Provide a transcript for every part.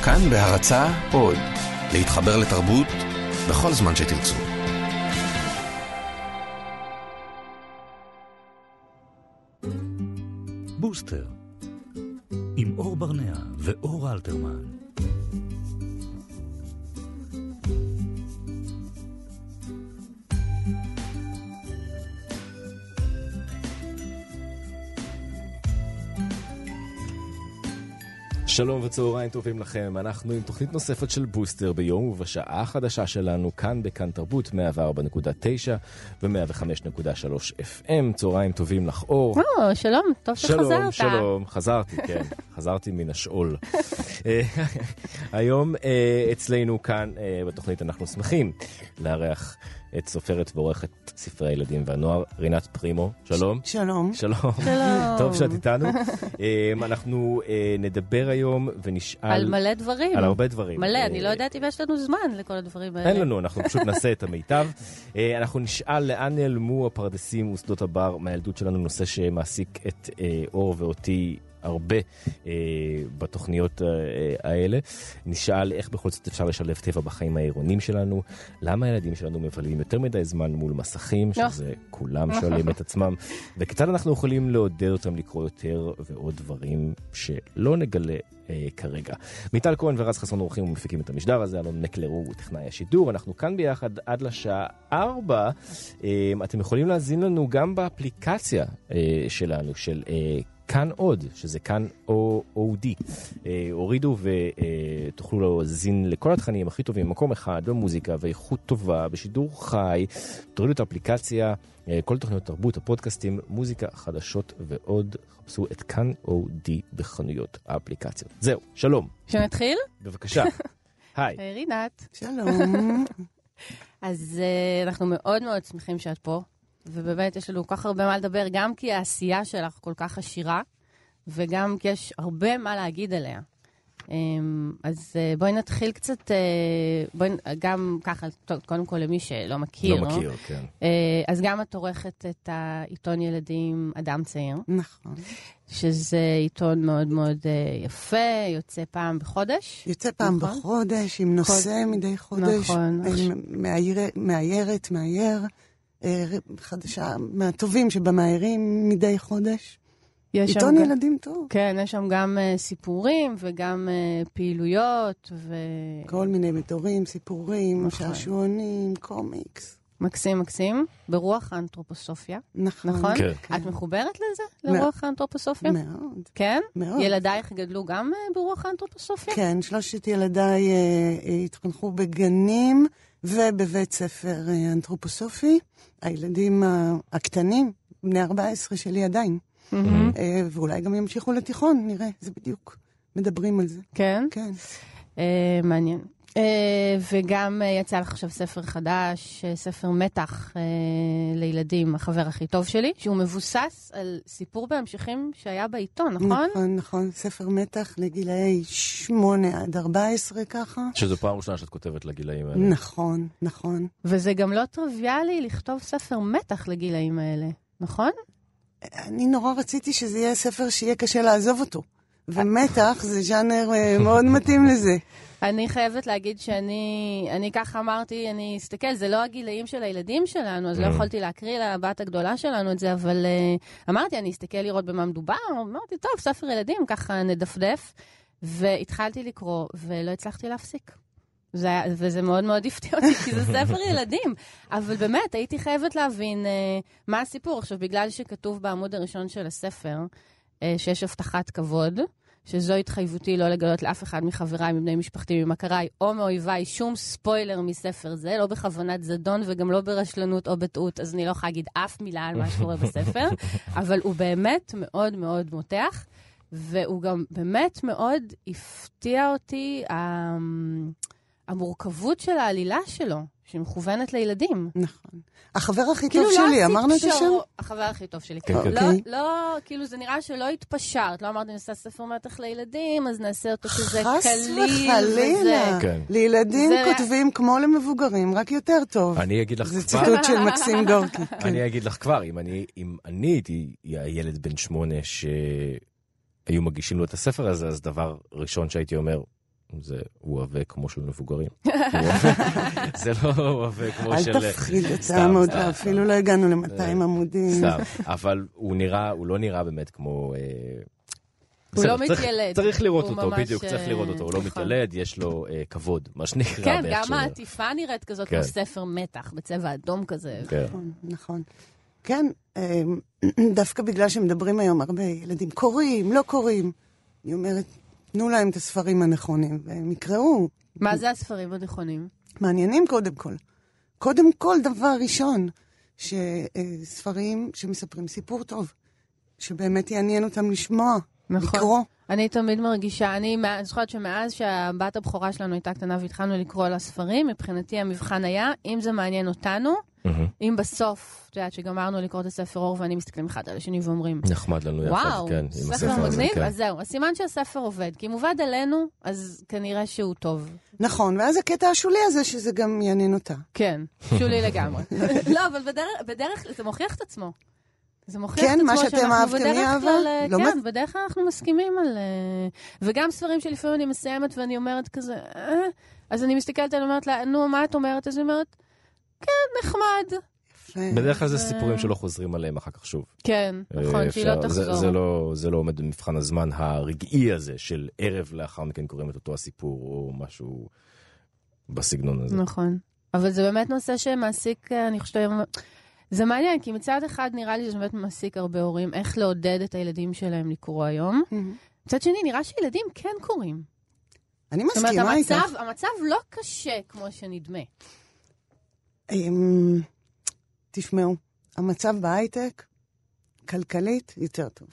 כאן בהרצאה עוד, להתחבר לתרבות בכל זמן שתרצו. בוסטר עם אור ברנע ואור אלתרמן. שלום וצהריים טובים לכם, אנחנו עם תוכנית נוספת של בוסטר ביום ובשעה החדשה שלנו כאן בכאן תרבות 104.9 ו-105.3 FM. צהריים טובים לך אור. שלום, טוב שחזרת. שלום, חזרתי, כן, חזרתי מן השאול. היום אצלנו כאן בתוכנית אנחנו שמחים לארח את סופרת ועורכת ספרי הילדים והנוער, רינת פרימו. שלום. שלום. שלום. טוב שאת איתנו. אנחנו נדבר היום ונשאל... על מלא דברים. על הרבה דברים. מלא, אני לא יודעת אם יש לנו זמן לכל הדברים האלה. אין לנו, אנחנו פשוט נעשה את המיטב. אנחנו נשאל לאן נעלמו הפרדסים ושדות הבר מהילדות שלנו, נושא שמעסיק את אור ואותי הרבה בתוכניות האלה. נשאל איך בכל זאת אפשר לשלב טבע בחיים העירונים שלנו, למה הילדים שלנו מבלים יותר מדי זמן מול מסכים, שזה כולם שואלים את עצמם, וכיצד אנחנו יכולים לעודד אותם לקרוא יותר ועוד דברים שלא נגלה כרגע. מיטל כהן ורז חסון עורכים ומפיקים את המשדר הזה, אלון מקלר הוא טכנאי השידור, אנחנו כאן ביחד עד לשעה 4. אתם יכולים להזין לנו גם באפליקציה שלנו, של כאן עוד, שזה כאן OD. הורידו ותוכלו להזין לכל התכנים הכי טובים, מקום אחד, במוזיקה ואיכות טובה, בשידור חי. תורידו את האפליקציה, כל תוכניות תרבות, הפודקאסטים, מוזיקה, חדשות ועוד. חפשו את כאן OD בחנויות האפליקציות. זהו, שלום. שנתחיל? בבקשה. היי. רינת. שלום. אז אנחנו מאוד מאוד שמחים שאת פה. ובאמת יש לנו כל כך הרבה מה לדבר, גם כי העשייה שלך כל כך עשירה, וגם כי יש הרבה מה להגיד עליה. אז בואי נתחיל קצת, גם ככה, קודם כל למי שלא מכיר. לא מכיר, כן. אז גם את עורכת את העיתון ילדים אדם צעיר. נכון. שזה עיתון מאוד מאוד יפה, יוצא פעם בחודש. יוצא פעם בחודש, עם נושא מדי חודש. נכון. מאייר. חדשה, מהטובים שבמאיירים מדי חודש. עיתון ילדים טוב. כן, יש שם גם סיפורים וגם פעילויות כל מיני מדורים, סיפורים, שעשועונים, קומיקס. מקסים, מקסים. ברוח האנתרופוסופיה. נכון. את מחוברת לזה? לרוח האנתרופוסופיה? מאוד. כן? מאוד. ילדייך גדלו גם ברוח האנתרופוסופיה? כן, 3 ילדיי התחנכו בגנים ובבית ספר אנתרופוסופי. הילדים הקטנים, בני 14 שלי עדיין. ואולי גם ימשיכו לתיכון, נראה, זה בדיוק. מדברים על זה. כן? כן. מעניין. וגם יצא לך עכשיו ספר חדש, ספר מתח לילדים, החבר הכי טוב שלי, שהוא מבוסס על סיפור בהמשכים שהיה בעיתון, נכון? נכון. ספר מתח לגילאי 8 עד 14 ככה. שזו פעם ראשונה שאת כותבת לגילאים האלה. נכון. וזה גם לא טריוויאלי לכתוב ספר מתח לגילאים האלה, נכון? אני נורא רציתי שזה יהיה ספר שיהיה קשה לעזוב אותו. ומתח זה ז'אנר מאוד מתאים לזה. אני חייבת להגיד שאני ככה אמרתי, אני אסתכל, זה לא הגילאים של הילדים שלנו, אז לא יכולתי להקריא לבת הגדולה שלנו את זה, אבל אמרתי, אני אסתכל לראות במה מדובר, אמרתי, טוב, ספר ילדים, ככה נדפדף, והתחלתי לקרוא, ולא הצלחתי להפסיק. וזה מאוד מאוד הפתיע אותי, כי זה ספר ילדים. אבל באמת, הייתי חייבת להבין מה הסיפור. עכשיו, בגלל שכתוב בעמוד הראשון של הספר, שיש הבטחת כבוד, שזו התחייבותי לא לגלות לאף אחד מחבריי, מבני משפחתי, ממכריי, או מאויביי, שום ספוילר מספר זה, לא בכוונת זדון וגם לא ברשלנות או בטעות, אז אני לא יכולה להגיד אף מילה על מה שקורה בספר, אבל הוא באמת מאוד מאוד מותח, והוא גם באמת מאוד הפתיע אותי המורכבות של העלילה שלו, שמכוונת לילדים. נכון. החבר הכי טוב שלי, אמרנו את השם? החבר הכי טוב שלי. אוקיי. לא, כאילו זה נראה שלא התפשרת. לא אמרתי, נעשה ספר מתח לילדים, אז נעשה אותו כזה קליל. חס וחלילה. לילדים כותבים כמו למבוגרים, רק יותר טוב. אני אגיד לך כבר. זה ציטוט של מקסים גורקי. אני אגיד לך כבר, אם אני הייתי הילד בן 8 שהיו מגישים לו את הספר הזה, אז דבר ראשון שהייתי אומר, זה אוהבה כמו של מבוגרים. זה לא אוהבה כמו של... אל תפחיד את העמוד, אפילו לא הגענו ל-200 עמודים. סתם, אבל הוא לא נראה באמת כמו... הוא לא מתילד. צריך לראות אותו, בדיוק, צריך לראות אותו. הוא לא מתילד, יש לו כבוד, מה שנקרא. כן, גם העטיפה נראית כזאת כמו ספר מתח, בצבע אדום כזה. נכון. כן, דווקא בגלל שמדברים היום הרבה ילדים, קוראים, לא קוראים. אני אומרת, תנו להם את הספרים הנכונים, והם יקראו. מה זה הספרים הנכונים? מעניינים קודם כל. קודם כל, דבר ראשון, שספרים שמספרים סיפור טוב, שבאמת יעניין אותם לשמוע, לקרוא. אני תמיד מרגישה, אני זוכרת שמאז שהבת הבכורה שלנו הייתה קטנה והתחלנו לקרוא לה ספרים, מבחינתי המבחן היה, אם זה מעניין אותנו, אם בסוף, את יודעת, שגמרנו לקרוא את הספר אור ואני מסתכלים אחד על השני ואומרים, נחמד לנו יחד, כן, עם הספר הזה. ספר מגניב, אז זהו, הסימן שהספר עובד, כי אם עובד עלינו, אז כנראה שהוא טוב. נכון, ואז הקטע השולי הזה שזה גם יעניין אותה. כן, שולי לגמרי. לא, אבל בדרך, זה מוכיח את עצמו. זה מוכיח כן, את מה עצמו שאתם אהבתם מאהבה? כן, בדרך כלל אנחנו מסכימים על... וגם ספרים שלפעמים אני מסיימת ואני אומרת כזה, אז אני מסתכלת, אני אומרת לה, נו, מה את אומרת? אז אני אומרת, כן, נחמד. בדרך כלל זה סיפורים שלא חוזרים עליהם אחר כך שוב. כן, נכון, שהיא לא תחזור. זה לא עומד במבחן הזמן הרגעי הזה של ערב לאחר מכן קוראים את אותו הסיפור או משהו בסגנון הזה. נכון. אבל זה באמת נושא שמעסיק, אני חושבת... זה מעניין, כי מצד אחד נראה לי שזה באמת מעסיק הרבה הורים, איך לעודד את הילדים שלהם לקרוא היום. מצד שני, נראה שילדים כן קוראים. אני מסכימה איתך. זאת אומרת, המצב לא קשה כמו שנדמה. תשמעו, המצב בהייטק, כלכלית, יותר טוב.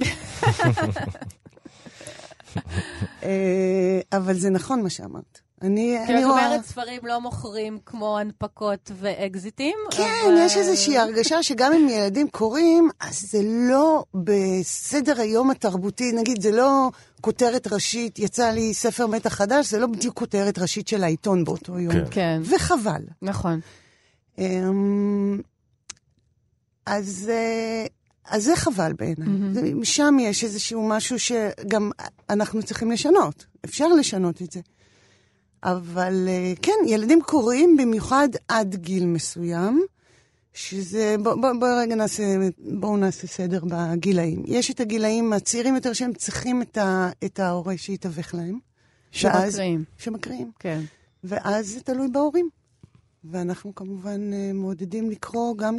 אבל זה נכון מה שאמרת. כי את אומרת, ספרים לא מוכרים כמו הנפקות ואקזיטים. כן, יש איזושהי הרגשה שגם אם ילדים קוראים, אז זה לא בסדר היום התרבותי, נגיד, זה לא כותרת ראשית, יצא לי ספר מתח חדש, זה לא בדיוק כותרת ראשית של העיתון באותו יום. כן. וחבל. נכון. אז זה חבל בעיניי. משם יש איזשהו משהו שגם אנחנו צריכים לשנות. אפשר לשנות את זה. אבל כן, ילדים קוראים במיוחד עד גיל מסוים, שזה, בואו נעשה סדר בגילאים. יש את הגילאים הצעירים יותר שהם צריכים את ההורה שיתווך להם. שמקריאים. כן. ואז זה תלוי בהורים. ואנחנו כמובן מעודדים לקרוא גם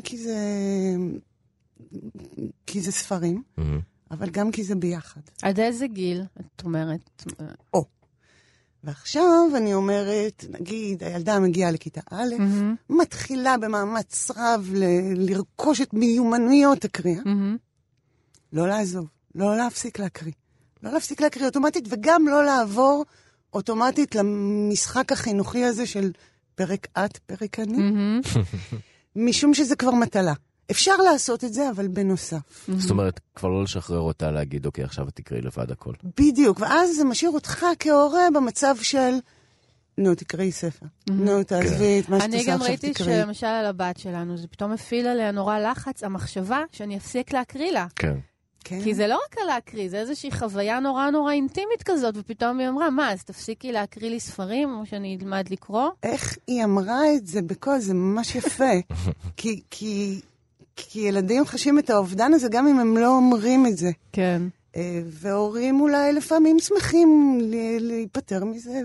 כי זה ספרים, אבל גם כי זה ביחד. עד איזה גיל, את אומרת? ועכשיו אני אומרת, נגיד, הילדה מגיעה לכיתה א', מתחילה במאמץ רב לרכוש את מיומנויות הקריאה. לא לעזוב, לא להפסיק להקריא. לא להפסיק להקריא אוטומטית, וגם לא לעבור אוטומטית למשחק החינוכי הזה של פרק את, פרק אני. משום שזה כבר מטלה. אפשר לעשות את זה, אבל בנוסף. זאת אומרת, כבר לא לשחרר אותה להגיד, אוקיי, עכשיו תקראי לבד הכל. בדיוק, ואז זה משאיר אותך כהורה במצב של, נו, תקראי ספר. נו, תעזבי את מה שתעשה עכשיו, תקראי. אני גם ראיתי שלמשל על הבת שלנו, זה פתאום הפעיל עליה נורא לחץ, המחשבה שאני אפסיק להקריא לה. כן. כי זה לא רק על להקריא, זה איזושהי חוויה נורא נורא אינטימית כזאת, ופתאום היא אמרה, מה, אז תפסיקי להקריא לי ספרים, או שאני אלמד לקרוא? איך היא אמרה את זה בכל, זה ממש יפה. כי ילדים חשים את האובדן הזה, גם אם הם לא אומרים את זה. כן. והורים אולי לפעמים שמחים להיפטר מזה.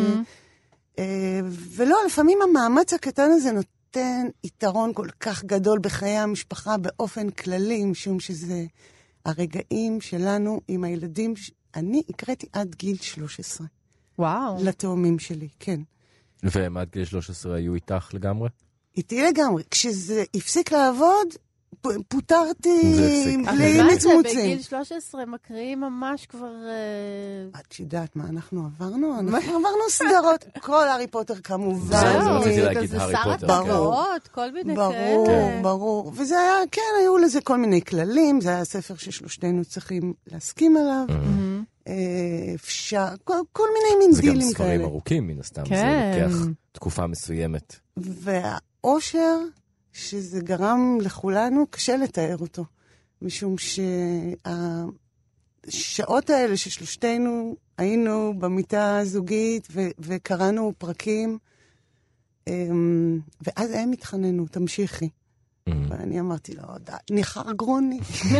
ולא, לפעמים המאמץ הקטן הזה נותן יתרון כל כך גדול בחיי המשפחה באופן כללי, משום שזה הרגעים שלנו עם הילדים. אני הקראתי עד גיל 13. וואו. לתאומים שלי, כן. והם עד גיל 13 היו איתך לגמרי? איתי לגמרי. כשזה הפסיק לעבוד, פוטרתי בלי מצמוצים. אבל מה זה, בגיל 13 מקריאים ממש כבר... את יודעת מה אנחנו עברנו? אנחנו עברנו סדרות. כל הארי פוטר כמובן. זה רציתי להגיד הארי פוטר. ברור, כל מיני כאלה. ברור. וזה היה, כן, היו לזה כל מיני כללים. זה היה ספר ששלושתנו צריכים להסכים עליו. אפשר, כל מיני מין דילים כאלה. זה גם ספרים ארוכים מן הסתם. זה לוקח תקופה מסוימת. והאושר... שזה גרם לכולנו, קשה לתאר אותו. משום השעות האלה ששלושתנו היינו במיטה הזוגית וקראנו פרקים, ואז הם התחננו, תמשיכי. ואני אמרתי לו, ניחר גרוני.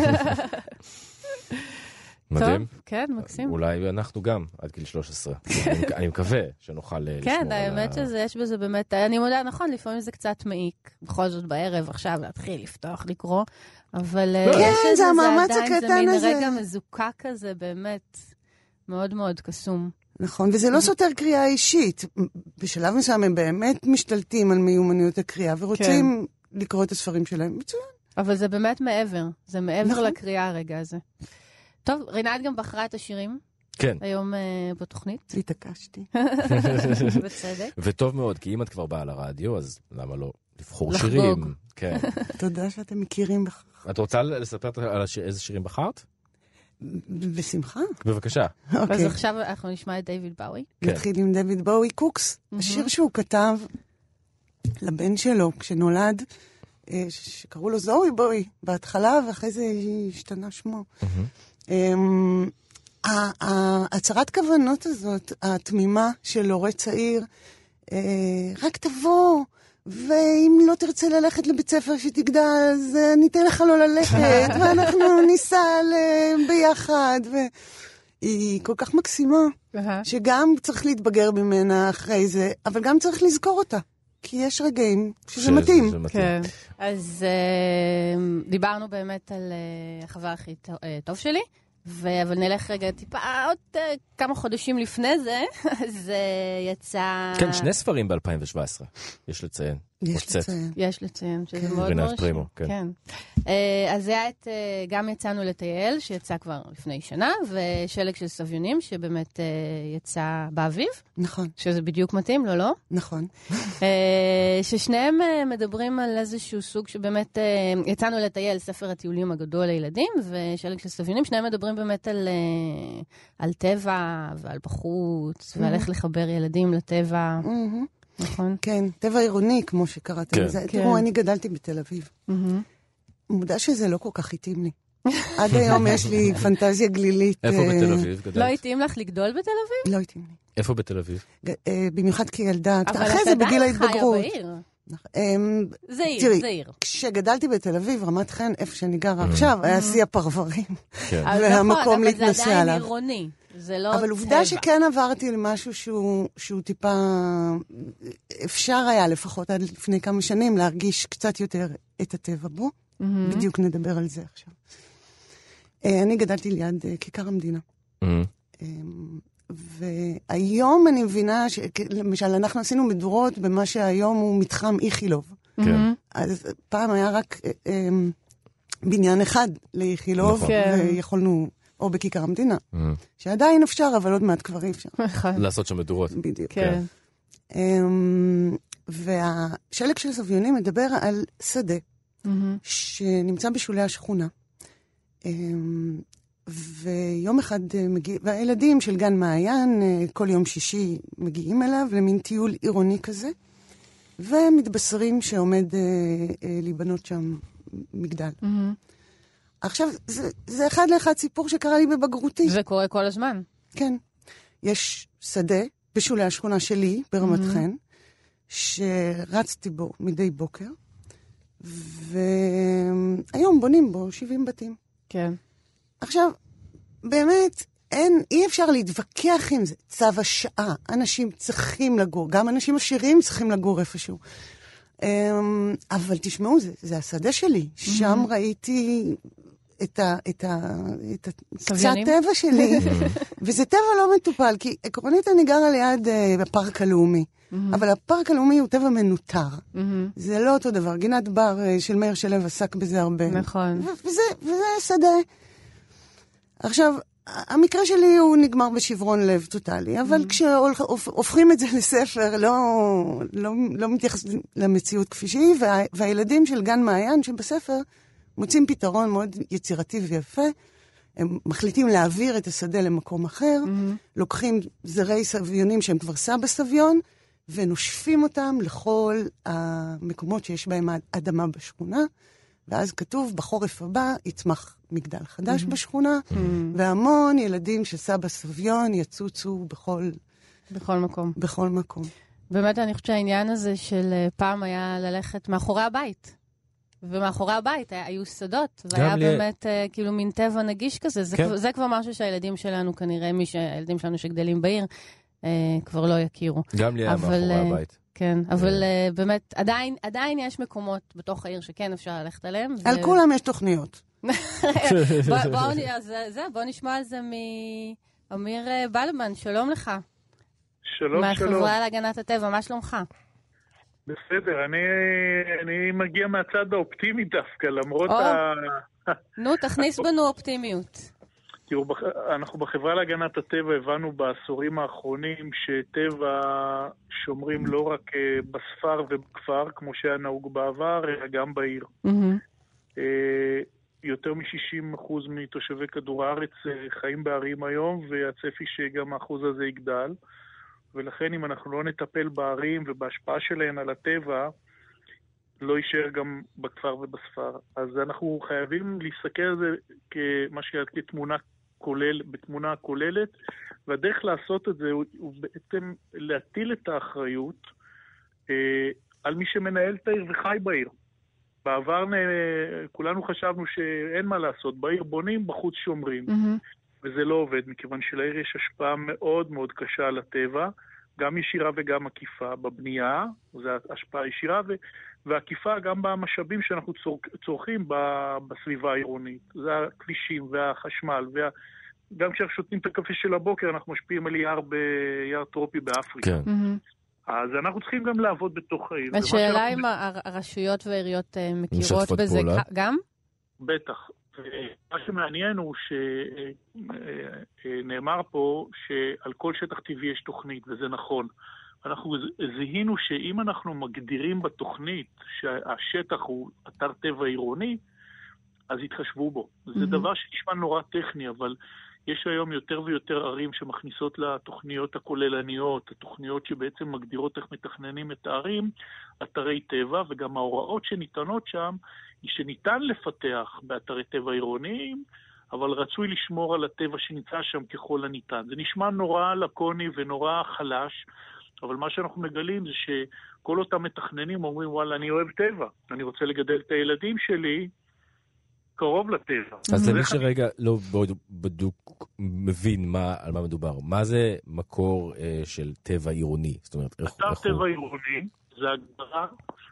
מדהים. טוב, כן, מקסים. אולי אנחנו גם עד גיל 13. אני מקווה שנוכל לשמור על כן, האמת שיש בזה באמת, אני מודה, נכון, לפעמים זה קצת מעיק, בכל זאת בערב, עכשיו להתחיל לפתוח, לקרוא, אבל כן, זה המאמץ הקטן הזה. זה מין רגע מזוקה כזה, באמת, מאוד מאוד קסום. נכון, וזה לא סותר קריאה אישית. בשלב מסוים הם באמת משתלטים על מיומנויות הקריאה, ורוצים לקרוא את הספרים שלהם. מצוין. אבל זה באמת מעבר, זה מעבר לקריאה הרגע הזה. טוב, רינת גם בחרה את השירים. כן. היום בתוכנית. התעקשתי. בצדק. וטוב מאוד, כי אם את כבר באה לרדיו, אז למה לא לבחור לחגוג. שירים? כן. תודה שאתם מכירים בכך. את רוצה לספר על איזה שירים בחרת? בשמחה. בבקשה. אז עכשיו אנחנו נשמע את דיוויד באוי. נתחיל עם דיוויד באוי, קוקס. השיר שהוא כתב לבן שלו כשנולד, שקראו לו זוהי בוי בהתחלה, ואחרי זה השתנה שמו. הצהרת כוונות הזאת, התמימה של הורה צעיר, רק תבוא, ואם לא תרצה ללכת לבית ספר שתגדל, אז אני אתן לך לא ללכת, ואנחנו ניסע ביחד, והיא כל כך מקסימה, שגם צריך להתבגר ממנה אחרי זה, אבל גם צריך לזכור אותה. כי יש רגעים שזה מתאים. כן. אז דיברנו באמת על החבר הכי טוב שלי, אבל נלך רגע טיפה עוד כמה חודשים לפני זה, אז יצא... כן, 2 ספרים ב-2017, יש לציין. יש לציין, שזה מאוד מאוד פרימו, כן. אז זה היה גם יצאנו לטייל, שיצא כבר לפני שנה, ושלג של סביונים, שבאמת יצא באביב. נכון. שזה בדיוק מתאים, לא? נכון. ששניהם מדברים על איזשהו סוג שבאמת יצאנו לטייל, ספר הטיולים הגדול לילדים, ושלג של סביונים, שניהם מדברים באמת על טבע ועל בחוץ, ועל איך לחבר ילדים לטבע. נכון. כן, טבע עירוני, כמו שקראתם לזה. תראו, אני גדלתי בתל אביב. מודע שזה לא כל כך התאים לי. עד היום יש לי פנטזיה גלילית. איפה בתל אביב גדלת? לא התאים לך לגדול בתל אביב? לא התאים לי. איפה בתל אביב? במיוחד כילדה. אבל אחרי זה בגיל ההתבגרות. זה עיר, תראי, זה עיר. כשגדלתי בתל אביב, רמת חן, איפה שאני גרה עכשיו, היה שיא הפרברים. והמקום להתנסה עליו. אבל זה עדיין עירוני. זה לא טבע. אבל עובדה שכן עברתי למשהו שהוא טיפה... אפשר היה לפחות עד לפני כמה שנים להרגיש קצת יותר את הטבע בו. בדיוק נדבר על זה עכשיו. אני גדלתי ליד כיכר המדינה. והיום אני מבינה למשל, אנחנו עשינו מדורות במה שהיום הוא מתחם איכילוב. אז פעם היה רק בניין אחד לאיכילוב, ויכולנו... או בכיכר המדינה, שעדיין אפשר, אבל עוד מעט כבר אי אפשר. לעשות שם מדורות. בדיוק. כן. והשלג של סביונים מדבר על שדה, שנמצא בשולי השכונה. ויום אחד והילדים של גן מעיין, כל יום שישי מגיעים אליו, למין טיול עירוני כזה, ומתבשרים שעומד להיבנות שם מגדל. עכשיו, זה אחד לאחד סיפור שקרה לי בבגרותי. זה קורה כל הזמן. כן. יש שדה בשולי השכונה שלי, ברמת חן, שרצתי בו מדי בוקר, והיום בונים בו 70 בתים. כן. עכשיו, באמת, אי אפשר להתווכח עם זה. צו השעה. אנשים צריכים לגור. גם אנשים עשירים צריכים לגור איפשהו. אבל תשמעו, זה השדה שלי. שם ראיתי את קצת טבע שלי. וזה טבע לא מטופל, כי עקרונית אני גרה ליד הפארק הלאומי. אבל הפארק הלאומי הוא טבע מנותר. זה לא אותו דבר. גינת בר של מאיר שלו עסק בזה הרבה. נכון. וזה שדה. עכשיו, המקרה שלי הוא נגמר בשברון לב טוטלי, אבל כשהופכים את זה לספר, לא מתייחסים למציאות כפי שהיא, והילדים של גן מעיין שבספר מוצאים פתרון מאוד יצירתי ויפה, הם מחליטים להעביר את השדה למקום אחר, לוקחים זרי סביונים שהם כבר סבא סביון, ונושפים אותם לכל המקומות שיש בהם אדמה בשכונה, ואז כתוב, בחורף הבא יצמח מגדל חדש בשכונה, והמון ילדים של סבא סביון יצוצו בכל מקום. בכל מקום. באמת אני חושבת שהעניין הזה של פעם היה ללכת מאחורי הבית. ומאחורי הבית היו שדות, והיה באמת כאילו מין טבע נגיש כזה. זה כבר משהו שהילדים שלנו כנראה, הילדים שלנו שגדלים בעיר, כבר לא יכירו. גם לי היה מאחורי הבית. כן, אבל באמת, עדיין יש מקומות בתוך העיר שכן אפשר ללכת עליהם. על כולם יש תוכניות. בוא נשמע על זה מאמיר בלמן, שלום לך. שלום. מהחברה להגנת הטבע, מה שלומך? בסדר, אני מגיע מהצד האופטימי דווקא, למרות נו, תכניס בנו אופטימיות. תראו, אנחנו בחברה להגנת הטבע הבנו בעשורים האחרונים שטבע שומרים לא רק בספר ובכפר, כמו שהיה נהוג בעבר, אלא גם בעיר. יותר מ-60% מתושבי כדור הארץ חיים בערים היום, והצפי שגם האחוז הזה יגדל. ולכן אם אנחנו לא נטפל בערים ובהשפעה שלהן על הטבע, לא יישאר גם בכפר ובספר. אז אנחנו חייבים להסתכל על זה כמה בתמונה כוללת, והדרך לעשות את זה הוא בעצם להטיל את האחריות על מי שמנהל את העיר וחי בעיר. בעבר כולנו חשבנו שאין מה לעשות, בעיר בונים, בחוץ שומרים. וזה לא עובד, מכיוון שלעיר יש השפעה מאוד מאוד קשה על הטבע, גם ישירה וגם עקיפה בבנייה, זו השפעה ישירה, ועקיפה גם במשאבים שאנחנו צורכים בסביבה העירונית. זה הכבישים והחשמל, גם כשאנחנו שותים את הקפה של הבוקר, אנחנו משפיעים על יער טרופי באפריקה. כן. אז אנחנו צריכים גם לעבוד בתוך העיר. השאלה אם הרשויות והעיריות מכירות בזה גם? בטח. מה שמעניין הוא שנאמר פה שעל כל שטח טבעי יש תוכנית, וזה נכון. אנחנו זיהינו שאם אנחנו מגדירים בתוכנית שהשטח הוא אתר טבע עירוני, אז יתחשבו בו. זה דבר שנשמע נורא טכני, אבל יש היום יותר ויותר ערים שמכניסות לתוכניות הכוללניות, התוכניות שבעצם מגדירות איך מתכננים את הערים, אתרי טבע, וגם ההוראות שניתנות שם, היא שניתן לפתח באתרי טבע עירוניים, אבל רצוי לשמור על הטבע שנמצא שם ככל הניתן. זה נשמע נורא לקוני ונורא חלש, אבל מה שאנחנו מגלים זה שכל אותם מתכננים אומרים, וואלה, אני אוהב טבע, אני רוצה לגדל את הילדים שלי קרוב לטבע. אז למי שרגע לא בדוק מבין על מה מדובר, מה זה מקור של טבע עירוני? זאת אומרת, אתר טבע עירוני זה הגדרה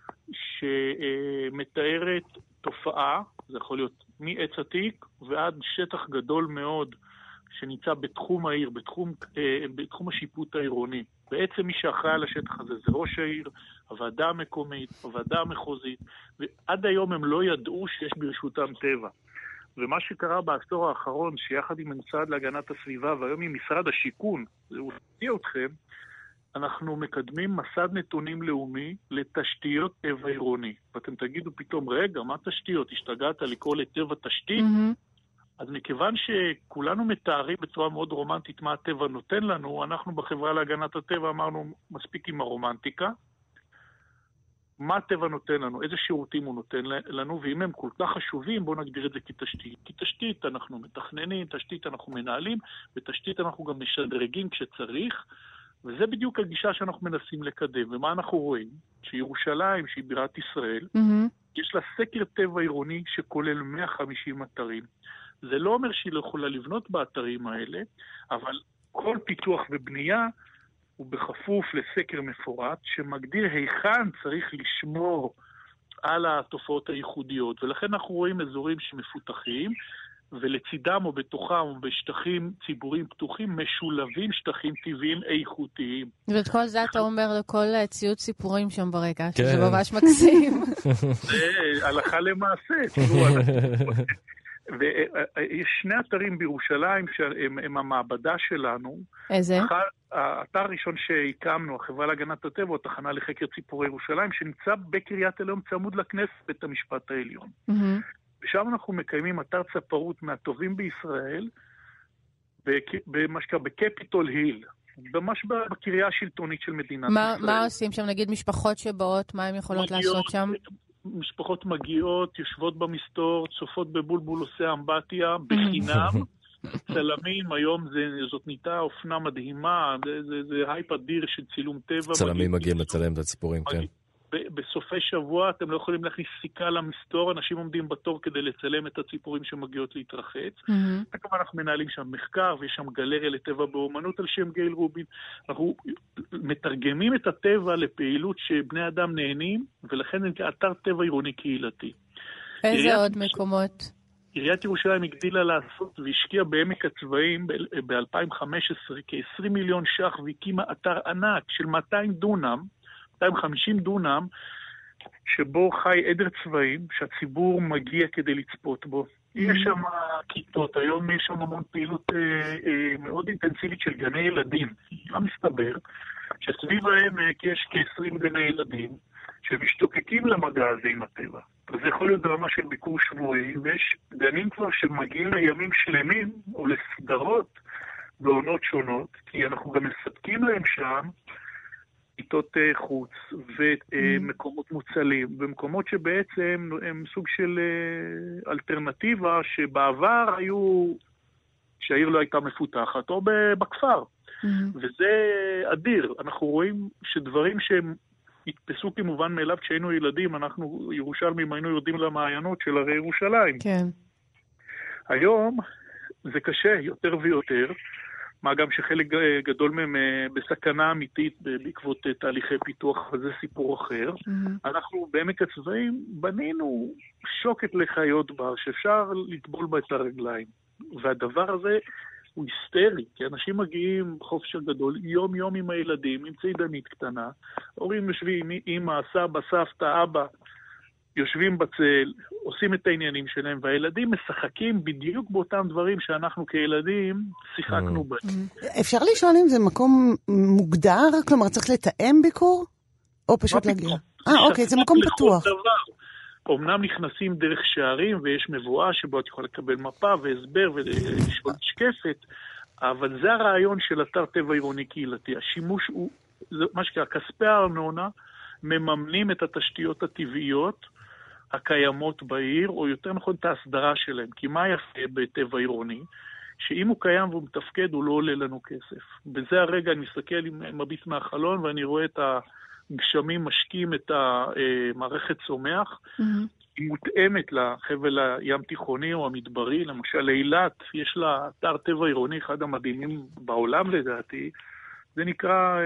שמתארת תופעה, זה יכול להיות מעץ עתיק ועד שטח גדול מאוד שנמצא בתחום העיר, בתחום השיפוט העירוני. בעצם מי שאחראי על השטח הזה זה ראש העיר, הוועדה המקומית, הוועדה המחוזית, ועד היום הם לא ידעו שיש ברשותם טבע. ומה שקרה בעשור האחרון, שיחד עם המשרד להגנת הסביבה, והיום עם משרד השיכון, זה הוציע אתכם, אנחנו מקדמים מסד נתונים לאומי לתשתיות טבע עירוני. ואתם תגידו פתאום, רגע, מה תשתיות? השתגעת לקרוא לטבע תשתית? אז מכיוון שכולנו מתארים בצורה מאוד רומנטית מה הטבע נותן לנו, אנחנו בחברה להגנת הטבע אמרנו מספיק עם הרומנטיקה. מה הטבע נותן לנו? איזה שירותים הוא נותן לנו? ואם הם כל כך חשובים, בואו נגדיר את זה כתשתית. כי תשתית אנחנו מתכננים, תשתית אנחנו מנהלים, ותשתית אנחנו גם משדרגים כשצריך. וזה בדיוק הגישה שאנחנו מנסים לקדם. ומה אנחנו רואים? שירושלים, שהיא בירת ישראל, יש לה סקר טבע עירוני שכולל 150 אתרים. זה לא אומר שהיא לא יכולה לבנות באתרים האלה, אבל כל פיתוח ובנייה הוא בכפוף לסקר מפורט, שמגדיר היכן צריך לשמור על התופעות הייחודיות. ולכן אנחנו רואים אזורים שמפותחים, ולצידם או בתוכם או בשטחים ציבוריים פתוחים, משולבים שטחים טבעיים איכותיים. ואת כל זה אתה אומר לכל ציוד סיפורים שם ברקע, שזה ממש מקסים. זה הלכה למעשה. ויש שני אתרים בירושלים שהם המעבדה שלנו. איזה? האתר הראשון שהקמנו, החברה להגנת הטבע, התחנה לחקר ציפורי ירושלים, שנמצא בקריית אלון צמוד לכנסת בית המשפט העליון. ושם אנחנו מקיימים אתר צפרות מהטובים בישראל, במה שקרה בקפיטול היל, ממש בקריה השלטונית של מדינת ישראל. מה עושים שם? נגיד משפחות שבאות, מה הם יכולות לעשות שם? משפחות מגיעות, יושבות במסתור, צופות בבולבול עושה אמבטיה, בחינם. צלמים, היום זאת נהייתה אופנה מדהימה, זה הייפ אדיר של צילום טבע. צלמים מגיעים לצלם את הציפורים, כן. בסופי שבוע אתם לא יכולים להכניס סיכה למסתור, אנשים עומדים בתור כדי לצלם את הציפורים שמגיעות להתרחץ. כמובן אנחנו מנהלים שם מחקר, ויש שם גלריה לטבע באומנות על שם גייל רובין. אנחנו מתרגמים את הטבע לפעילות שבני אדם נהנים, ולכן זה אתר טבע עירוני קהילתי. איזה עוד מקומות? עיריית ירושלים הגדילה לעשות והשקיעה בעמק הצבאים ב-2015 כ-20 מיליון ש"ח והקימה אתר ענק של 200 דונם, 250 דונם, שבו חי עדר צבאים שהציבור מגיע כדי לצפות בו. יש שם כיתות, היום יש שם המון פעילות מאוד אינטנסיבית של גני ילדים. מה מסתבר? שסביב העמק יש כ-20 גני ילדים שמשתוקקים למגע הזה עם הטבע. זה יכול להיות ברמה של ביקור שבועי, ויש גנים כבר שמגיעים לימים שלמים או לסדרות בעונות שונות, כי אנחנו גם מספקים להם שם כיתות חוץ ומקומות מוצלים, ומקומות שבעצם הם סוג של אלטרנטיבה שבעבר היו, שהעיר לא הייתה מפותחת, או בכפר. וזה אדיר. אנחנו רואים שדברים שהם התפסו כמובן מאליו כשהיינו ילדים, אנחנו ירושלמים היינו יורדים למעיינות של הרי ירושלים. כן. היום זה קשה יותר ויותר, מה גם שחלק גדול מהם בסכנה אמיתית בעקבות תהליכי פיתוח, וזה סיפור אחר. אנחנו בעמק הצבאים בנינו שוקת לחיות בר, שאפשר לטבול בה את הרגליים. והדבר הזה הוא היסטרי, כי אנשים מגיעים בחופש הגדול, יום יום עם הילדים, עם צידנית קטנה, הורים יושבים, אמא, סבא, סבתא, אבא, יושבים בצל, עושים את העניינים שלהם, והילדים משחקים בדיוק באותם דברים שאנחנו כילדים שיחקנו בהם. אפשר לשאול אם זה מקום מוגדר? כלומר, צריך לתאם ביקור? או פשוט להגיע? אוקיי, זה מקום פתוח. אמנם נכנסים דרך שערים, ויש מבואה שבו את יכולה לקבל מפה והסבר ולשאול שקפת, אבל זה הרעיון של אתר טבע עירוני קהילתי. השימוש הוא, מה שקרה, כספי הארנונה מממנים את התשתיות הטבעיות הקיימות בעיר, או יותר נכון את ההסדרה שלהם. כי מה יפה בטבע עירוני? שאם הוא קיים והוא מתפקד, הוא לא עולה לנו כסף. בזה הרגע אני מסתכל עם מביט מהחלון, ואני רואה את הגשמים משקים את המערכת צומח, היא מותאמת לחבל הים תיכוני או המדברי, למשל לאילת, יש לה אתר טבע עירוני, אחד המדהימים בעולם לדעתי, זה נקרא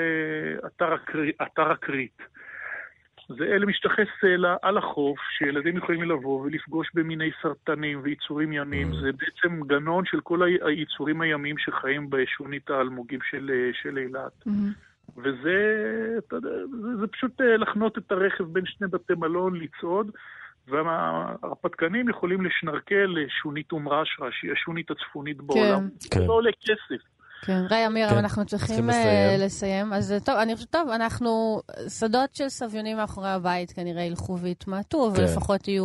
אתר הקרית. זה אלה משטחי סלע על החוף, שילדים יכולים לבוא ולפגוש במיני סרטנים ויצורים ימים, זה בעצם גנון של כל היצורים הימים שחיים בשונית האלמוגים של אילת. וזה, אתה יודע, זה פשוט לחנות את הרכב בין שני בתי מלון, לצעוד, והרפתקנים יכולים לשנרקל לשונית אומרשרה, שהיא השונית הצפונית בעולם. זה לא עולה כסף. כן, ראי אמיר, אנחנו צריכים לסיים. אז טוב, אני חושבת, טוב, אנחנו, שדות של סביונים מאחורי הבית כנראה ילכו והתמעטו, אבל לפחות יהיו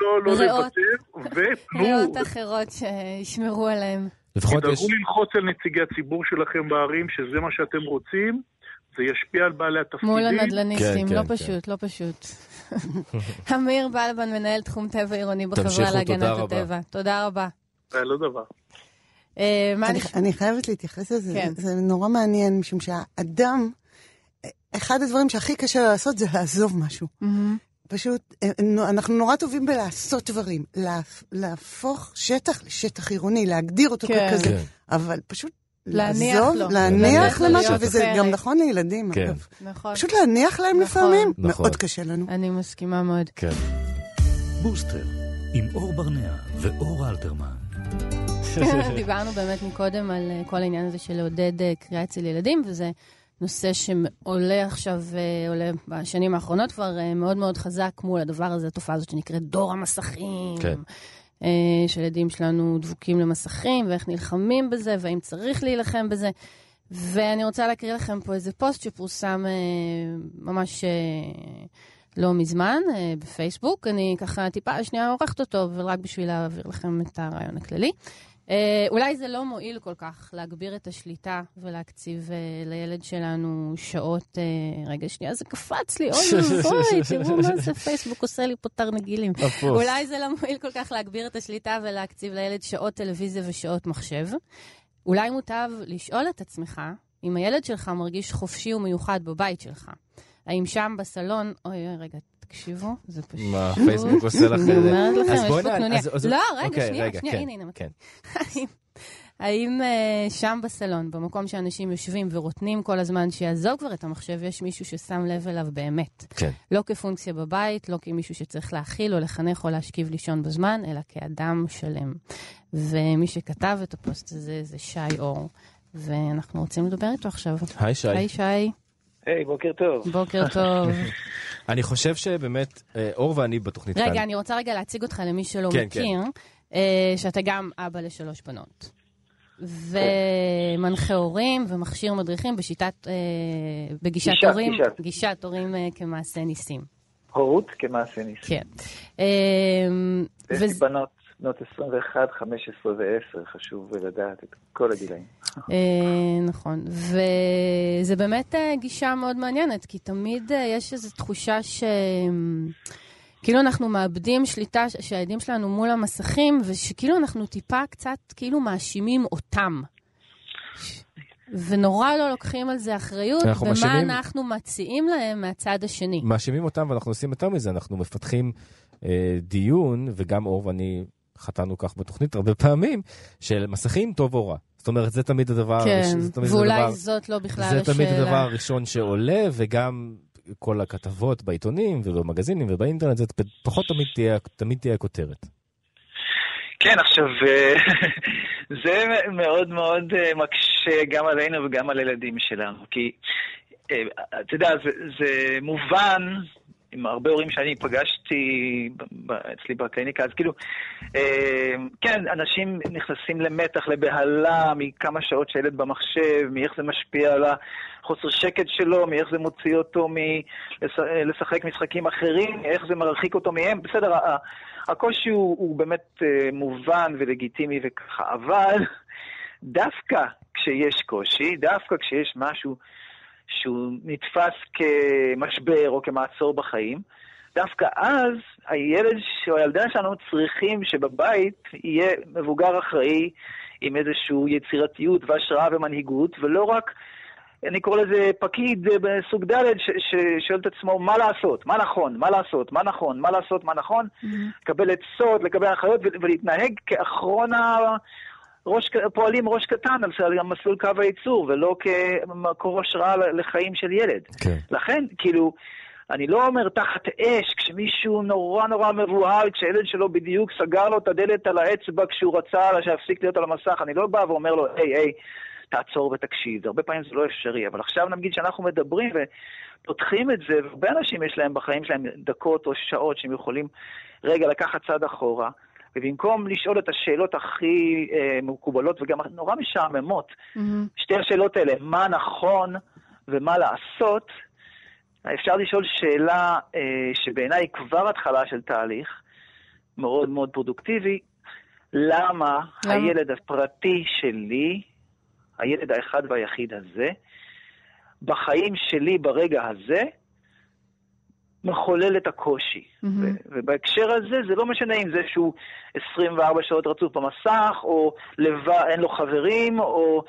ריאות אחרות שישמרו עליהם. תדאגו ללחוץ על נציגי הציבור שלכם בערים, שזה מה שאתם רוצים, זה ישפיע על בעלי התפקידים. מול הנדלניסטים, לא פשוט, לא פשוט. אמיר בלבן, מנהל תחום טבע עירוני בחברה להגנת הטבע. תודה רבה. לא דבר. אני חייבת להתייחס לזה, זה נורא מעניין, משום שהאדם, אחד הדברים שהכי קשה לעשות זה לעזוב משהו. פשוט, אנחנו נורא טובים בלעשות דברים, להפוך שטח לשטח עירוני, להגדיר אותו ככזה, אבל פשוט לעזוב, להניח למשהו, וזה גם נכון לילדים, אגב. פשוט להניח להם לפעמים, מאוד קשה לנו. אני מסכימה מאוד. בוסטר, עם אור ברנע ואור אלתרמן. דיברנו באמת מקודם על כל העניין הזה של לעודד קריאה אצל ילדים, וזה נושא שעולה עכשיו, עולה בשנים האחרונות כבר מאוד מאוד חזק מול הדבר הזה, התופעה הזאת שנקראת דור המסכים, שילדים שלנו דבוקים למסכים, ואיך נלחמים בזה, והאם צריך להילחם בזה. ואני רוצה להקריא לכם פה איזה פוסט שפורסם ממש לא מזמן בפייסבוק. אני ככה טיפה שנייה עורכת אותו, ורק בשביל להעביר לכם את הרעיון הכללי. אולי זה לא מועיל כל כך להגביר את השליטה ולהקציב לילד שלנו שעות, רגע שנייה, זה קפץ לי, אוי, תראו מה זה, פייסבוק עושה לי פה תרנגילים. אולי זה לא מועיל כל כך להגביר את השליטה ולהקציב לילד שעות טלוויזיה ושעות מחשב. אולי מוטב לשאול את עצמך, אם הילד שלך מרגיש חופשי ומיוחד בבית שלך, האם שם בסלון, אוי, רגע, תקשיבו, זה פשוט... מה, פייסבוק עושה לך... אני אומרת לכם, יש פה קנוניה. לא, רגע, שנייה, הנה, האם שם בסלון, במקום שאנשים יושבים ורותנים כל הזמן שיעזוב כבר את המחשב, יש מישהו ששם לב אליו באמת? כן. לא כפונקציה בבית, לא כמישהו שצריך להכיל או לחנך או להשכיב לישון בזמן, אלא כאדם שלם. ומי שכתב את הפוסט הזה זה שי אור, ואנחנו רוצים לדבר איתו עכשיו. היי שי. היי שי. היי, בוקר טוב. בוקר טוב. אני חושב שבאמת, אור ואני בתוכנית כאן. רגע, אני רוצה רגע להציג אותך למי שלא מכיר, שאתה גם אבא ל3 בנות. ומנחה הורים ומכשיר מדריכים בגישת הורים כמעשה ניסים. הורות כמעשה ניסים. כן. יש לי בנות 21, 15 ו10, חשוב לדעת את כל הגילאים. נכון, וזה באמת גישה מאוד מעניינת, כי תמיד יש איזו תחושה כאילו אנחנו מאבדים שליטה שהילדים שלנו מול המסכים, ושכאילו אנחנו טיפה קצת כאילו מאשימים אותם. ונורא לא לוקחים על זה אחריות, ומה אנחנו מציעים להם מהצד השני. מאשימים אותם, ואנחנו עושים יותר מזה, אנחנו מפתחים דיון, וגם אור ואני חתנו כך בתוכנית הרבה פעמים, של מסכים טוב או רע. זאת אומרת, זה תמיד הדבר... כן, ואולי זאת לא בכלל השאלה. זה תמיד הדבר הראשון שעולה, וגם... כל הכתבות בעיתונים ובמגזינים ובאינטרנט, זה פחות תמיד תהיה הכותרת. כן, עכשיו, זה מאוד מאוד מקשה גם עלינו וגם על הילדים שלנו, כי, אתה יודע, זה מובן, עם הרבה הורים שאני פגשתי אצלי בקליניקה, אז כאילו, כן, אנשים נכנסים למתח, לבהלה, מכמה שעות שהילד במחשב, מאיך זה משפיע על החוסר שקט שלו, מאיך זה מוציא אותו לשחק משחקים אחרים, מאיך זה מרחיק אותו מהם, בסדר, הקושי הוא באמת מובן ולגיטימי וככה, אבל דווקא כשיש קושי, דווקא כשיש משהו שהוא נתפס כמשבר או כמעצור בחיים, דווקא אז הילד או הילדה שלנו צריכים שבבית יהיה מבוגר אחראי עם איזושהי יצירתיות והשראה ומנהיגות, ולא רק, אני קורא לזה פקיד בסוג ד' ששואל את עצמו מה לעשות, מה נכון, מה לעשות, מה נכון, מה לעשות, מה נכון, לקבל עצות, לקבל אחריות ולהתנהג כאחרון פועלים ראש קטן על מסלול קו הייצור, ולא כמקור השראה לחיים של ילד. כן. לכן, כאילו, אני לא אומר תחת אש, כשמישהו נורא נורא מבוהל, כשילד שלו בדיוק סגר לו את הדלת על האצבע כשהוא רצה להפסיק להיות על המסך, אני לא בא ואומר לו, היי, תעצור ותקשיב. הרבה פעמים זה לא אפשרי, אבל עכשיו נגיד שאנחנו מדברים ופותחים את זה, והרבה אנשים יש להם בחיים שלהם דקות או שעות שהם יכולים רגע לקחת צד אחורה, ובמקום לשאול את השאלות הכי מקובלות וגם נורא משעממות, שתי השאלות האלה, מה נכון ומה לעשות, אפשר לשאול שאלה שבעיניי כבר התחלה של תהליך מאוד מאוד פרודוקטיבי, למה הילד הפרטי שלי, הילד האחד והיחיד הזה, בחיים שלי ברגע הזה, מחולל את הקושי. ובהקשר הזה זה לא משנה אם זה שהוא 24 שעות רצוף במסך, או אין לו חברים, או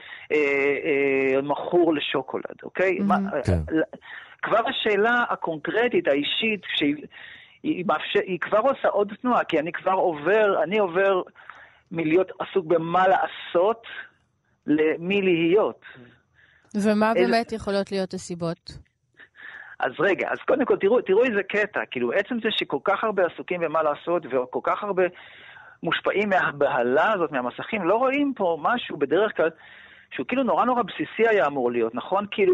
מכור לשוקולד, אוקיי? כבר השאלה הקונקרטית, האישית, היא כבר עושה עוד תנועה, כי אני עובר מלהיות עסוק במה לעשות, למי להיות. ומה באמת יכולות להיות הסיבות? אז רגע, אז קודם כל תראו איזה קטע, כאילו עצם זה שכל כך הרבה עסוקים במה לעשות, וכל כך הרבה מושפעים מהבהלה הזאת, מהמסכים, לא רואים פה משהו בדרך כלל, שהוא כאילו נורא נורא בסיסי היה אמור להיות, נכון? כאילו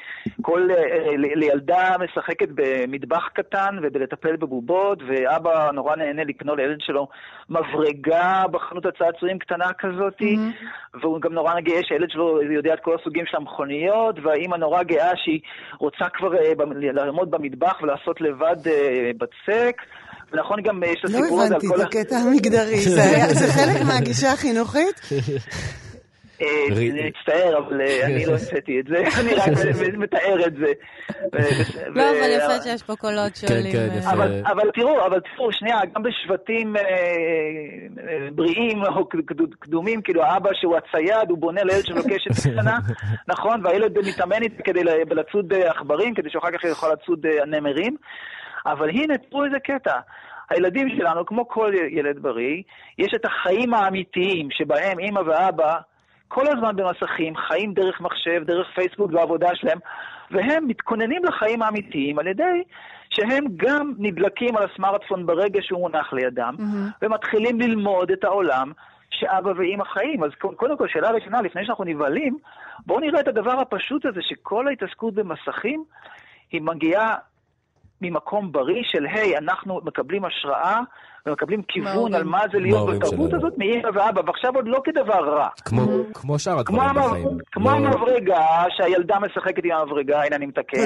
לילדה משחקת במטבח קטן ובלטפל בבובות, ואבא נורא נהנה לקנות לילד שלו מברגה בחנות הצעצועים קטנה כזאת, והוא גם נורא גאה שהילד שלו יודע את כל הסוגים של המכוניות, והאמא נורא גאה שהיא רוצה כבר לעמוד במטבח ולעשות לבד בצק, ונכון גם יש לא לסיפור הזה על הבנתי כל... את הקטע המגדרי, זה חלק מהגישה החינוכית? אני מצטער, אבל אני לא עשיתי את זה, אני רק מתאר את זה. לא, אבל יפה שיש פה קולות שעולים. אבל תראו, שנייה, גם בשבטים בריאים או קדומים, כאילו האבא שהוא הצייד, הוא בונה לילד שמבקשת קטנה, נכון? והילד מתאמן איתי כדי לצוד עכברים, כדי שאחר כך יוכל לצוד נמרים. אבל הנה, תראו איזה קטע. הילדים שלנו, כמו כל ילד בריא, יש את החיים האמיתיים שבהם אמא ואבא כל הזמן במסכים, חיים דרך מחשב, דרך פייסבוק והעבודה שלהם, והם מתכוננים לחיים האמיתיים על ידי שהם גם נדלקים על הסמארטפון ברגע שהוא מונח לידם, ומתחילים ללמוד את העולם שאבא ואמא חיים. אז קודם כל, שאלה ראשונה, לפני שאנחנו נבהלים, בואו נראה את הדבר הפשוט הזה, שכל ההתעסקות במסכים היא מגיעה ממקום בריא של, היי, אנחנו מקבלים השראה, ומקבלים כיוון על מה זה להיות בתרבות הזאת מאמא ואבא, ועכשיו עוד לא כדבר רע. כמו שאר הדברים בחיים. כמו המברגה, שהילדה משחקת עם המברגה, הנה אני מתקן.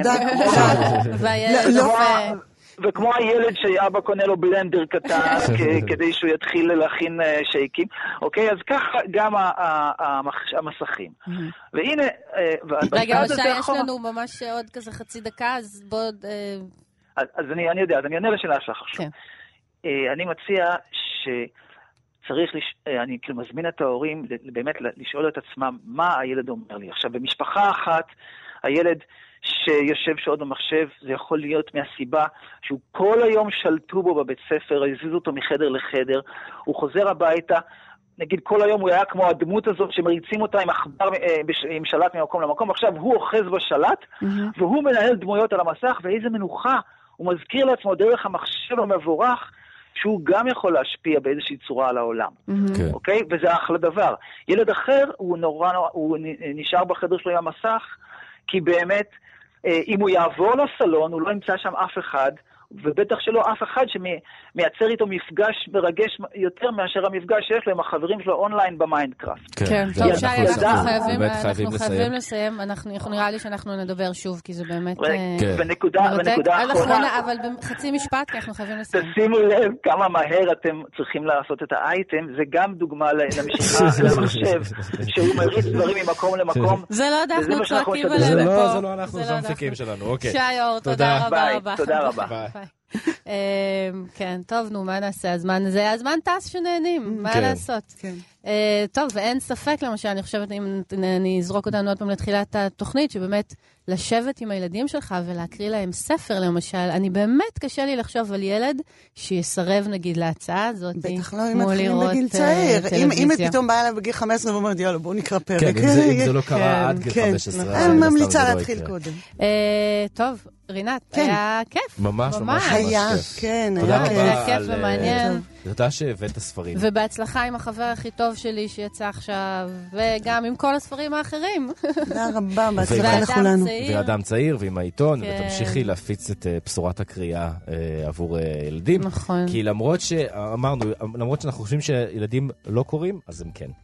וכמו הילד שאבא קונה לו בלנדר קטן, כדי שהוא יתחיל להכין שייקים. אוקיי, אז ככה גם המסכים. והנה... רגע, עכשיו יש לנו ממש עוד כזה חצי דקה, אז בוא... אז אני יודע, אז אני עונה לשאלה שלך עכשיו. אני מציע שצריך, אני כאילו מזמין את ההורים באמת לשאול את עצמם מה הילד אומר לי. עכשיו, במשפחה אחת, הילד שיושב שעות במחשב, זה יכול להיות מהסיבה שהוא כל היום שלטו בו בבית ספר, הזיזו אותו מחדר לחדר, הוא חוזר הביתה, נגיד כל היום הוא היה כמו הדמות הזאת שמריצים אותה עם עכבר, עם שלט ממקום למקום, עכשיו הוא אוחז בשלט, והוא מנהל דמויות על המסך, ואיזה מנוחה, הוא מזכיר לעצמו דרך המחשב המבורך, שהוא גם יכול להשפיע באיזושהי צורה על העולם. אוקיי? וזה אחלה דבר. ילד אחר, הוא נשאר בחדר שלו עם המסך, כי באמת, אם הוא יעבור לסלון, הוא לא ימצא שם אף אחד, ובטח שלא אף אחד שמייצר איתו מפגש מרגש יותר מאשר המפגש שיש לו עם החברים שלו אונליין במיינדקראפט. כן, טוב, שי, אנחנו חייבים לסיים, נראה לי שאנחנו נדבר שוב, כי זה באמת... ונקודה אחרונה... אבל בחצי משפט, כי אנחנו חייבים לסיים. תשימו לב כמה מהר אתם צריכים לעשות את האייטם, זה גם דוגמה למשיכה למחשב, שהוא מריץ דברים ממקום למקום. זה לא אנחנו צועקים עליהם פה. זה לא אנחנו, זה המפיקים שלנו. שי אור, תודה רבה. תודה רבה. כן, טוב, נו, מה נעשה? הזמן טס שנהנים, מה לעשות? טוב, ואין ספק, למשל, אני חושבת, אם אני אזרוק אותנו עוד פעם לתחילת התוכנית, שבאמת לשבת עם הילדים שלך ולהקריא להם ספר, למשל, אני באמת קשה לי לחשוב על ילד שיסרב, נגיד, להצעה הזאת. בטח לא, אם מתחילים בגיל צעיר. אם פתאום באה אליו בגיל 15 ואומרת, יאללה, בואו נקרא פרק. כן, אם זה לא קרה עד גיל 15. אני ממליצה להתחיל קודם. טוב, רינת, היה כיף. ממש ממש היה, כיף. כן, היה כיף ומעניין. תודה שהבאת הספרים. ובהצלחה עם החבר הכי טוב שלי שיצא עכשיו, וגם עם כל הספרים האחרים. תודה רבה, בהצלחה לכולנו. ואדם צעיר ועם העיתון, ותמשיכי להפיץ את בשורת הקריאה עבור ילדים. נכון. כי למרות שאנחנו חושבים שילדים לא קוראים, אז הם כן.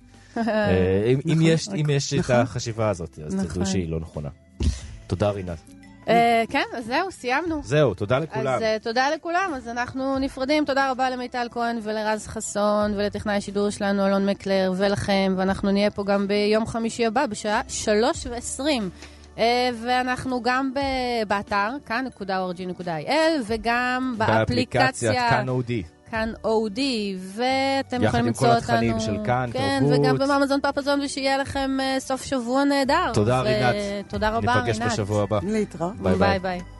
אם יש את החשיבה הזאת, אז תדעו שהיא לא נכונה. תודה רינת. כן, אז זהו, סיימנו. זהו, תודה לכולם. אז תודה לכולם, אז אנחנו נפרדים. תודה רבה למיטל כהן ולרז חסון ולטכנאי השידור שלנו אלון מקלר ולכם, ואנחנו נהיה פה גם ביום חמישי הבא בשעה 3:20. ואנחנו גם באתר כאן.org.il וגם באפליקציה כאן אודי. כאן אודי, ואתם יכולים למצוא אותנו. יחד עם כל התכנים של כאן, כן, תרבות. וגם במאמזון פאפזון, ושיהיה לכם סוף שבוע נהדר. תודה רינת. תודה רבה רינת. ניפגש בשבוע הבא. להתראות. ביי ביי.